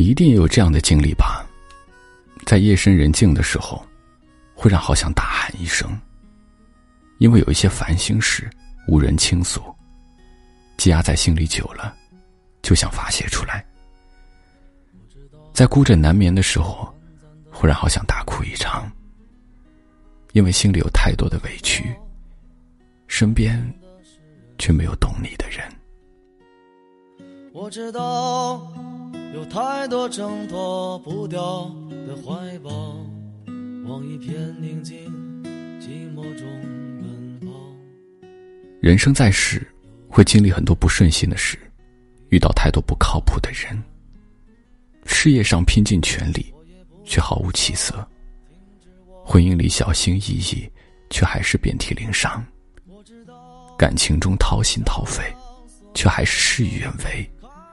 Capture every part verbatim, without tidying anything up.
一定也有这样的经历吧，在夜深人静的时候，忽然好想大喊一声，因为有一些烦心事无人倾诉，积压在心里久了，就想发泄出来。在孤枕难眠的时候，忽然好想大哭一场，因为心里有太多的委屈，身边却没有懂你的人。 我知道有太多挣脱不掉的怀抱，往一片宁静寂寞中奔跑。 人生在世，会经历很多不顺心的事，遇到太多不靠谱的人，事业上拼尽全力却毫无起色，婚姻里小心翼翼却还是遍体鳞伤，感情中掏心掏肺却还是事与愿违。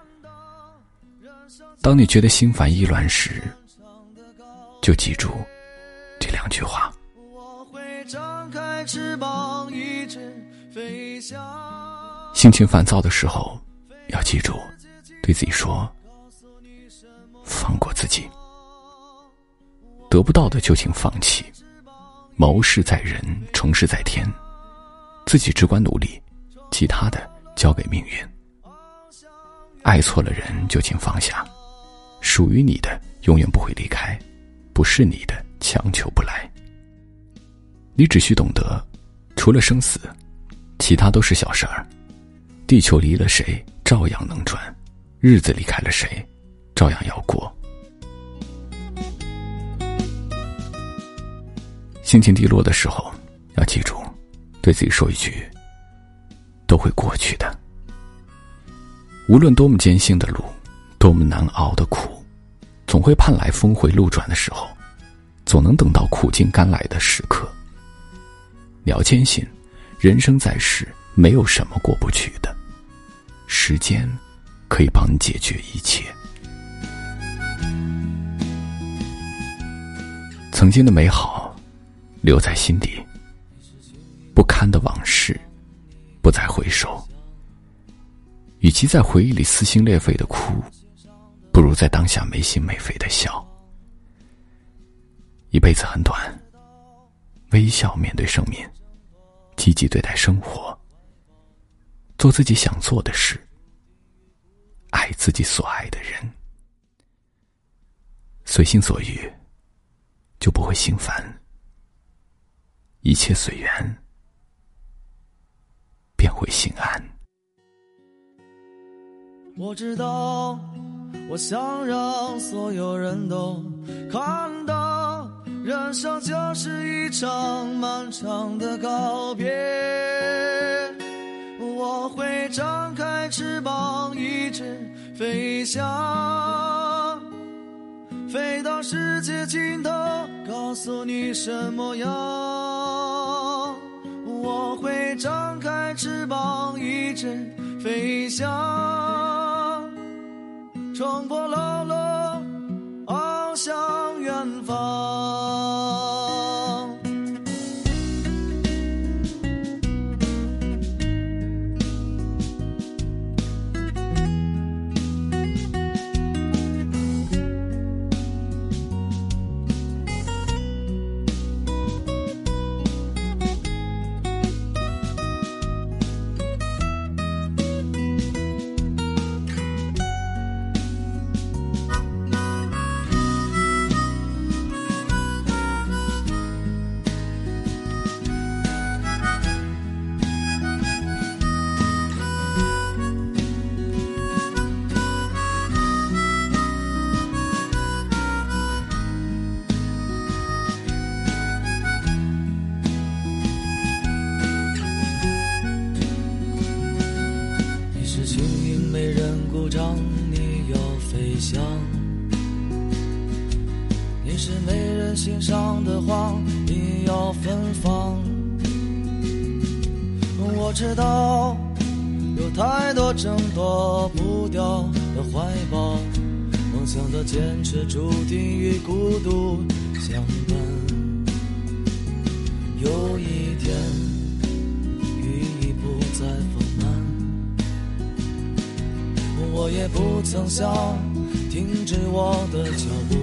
当你觉得心烦意乱时，就记住这两句话。 我会张开翅膀一直飞翔。 心情烦躁的时候，要记住对自己说，放过自己。得不到的就请放弃，谋事在人，成事在天，自己只管努力，其他的交给命运。爱错了人就请放下，属于你的永远不会离开，不是你的强求不来。你只需懂得，除了生死，其他都是小事儿。地球离了谁照样能转，日子离开了谁照样要过。心情低落的时候，要记住对自己说一句，都会过去的。无论多么艰辛的路，多么难熬的苦，总会盼来峰回路转的时候，总能等到苦尽甘来的时刻。你要坚信，人生在世，没有什么过不去的，时间可以帮你解决一切。曾经的美好留在心底，不堪的往事不再回首。与其在回忆里撕心裂肺的哭，不如在当下没心没肺的笑。一辈子很短，微笑面对生命，积极对待生活，做自己想做的事，爱自己所爱的人，随心所欲，就不会心烦，一切随缘，便会心安。 我知道，我想让所有人都看到，人生就是一场漫长的告别。我会张开翅膀一直飞翔，飞到世界尽头，告诉你什么样。我会张开翅膀一直飞翔，冲破牢笼，翱翔远方。你要飞翔，你是没人欣赏的花，你要芬芳。我知道有太多挣脱不掉的怀抱，梦想的坚持注定与孤独相伴。有一天雨已不再丰满，我也不曾想停止我的脚步。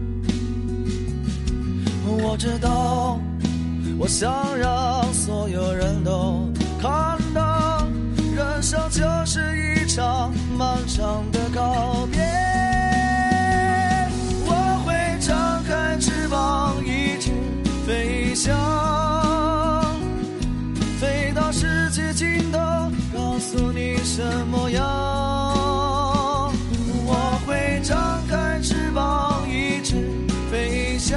我知道，我想让所有人都看到，人生就是一场漫长的告别。我会张开翅膀，一直飞翔，飞到世界尽头，告诉你什么样。我会张开翅膀，一直飞翔，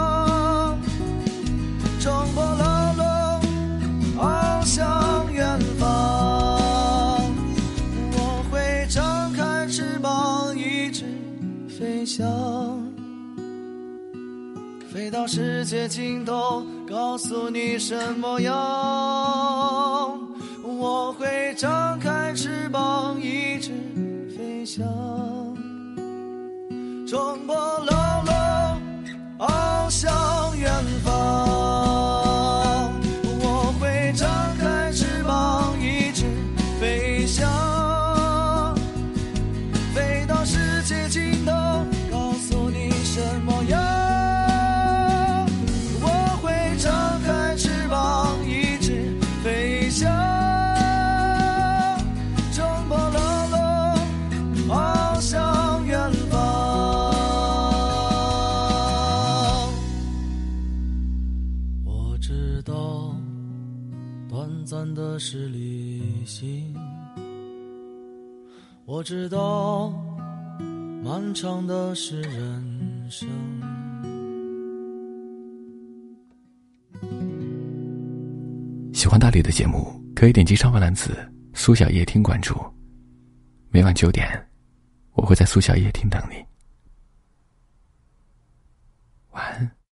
冲破牢笼，翱翔远方。我会张开翅膀，一直飞翔，飞到世界尽头，告诉你什么样。我会张开翅膀，一直飞翔，冲破牢笼，翱翔远方。我会张开翅膀，一直飞翔，飞到世界尽头，告诉你什么样。我会张开翅膀，一直飞翔，冲破牢笼，翱翔远方。我知道短暂的是旅行，我知道漫长的是人生。 喜欢大力的节目，可以点击上方栏字苏小夜听关注，每晚九点我会在苏小夜听等你。晚安。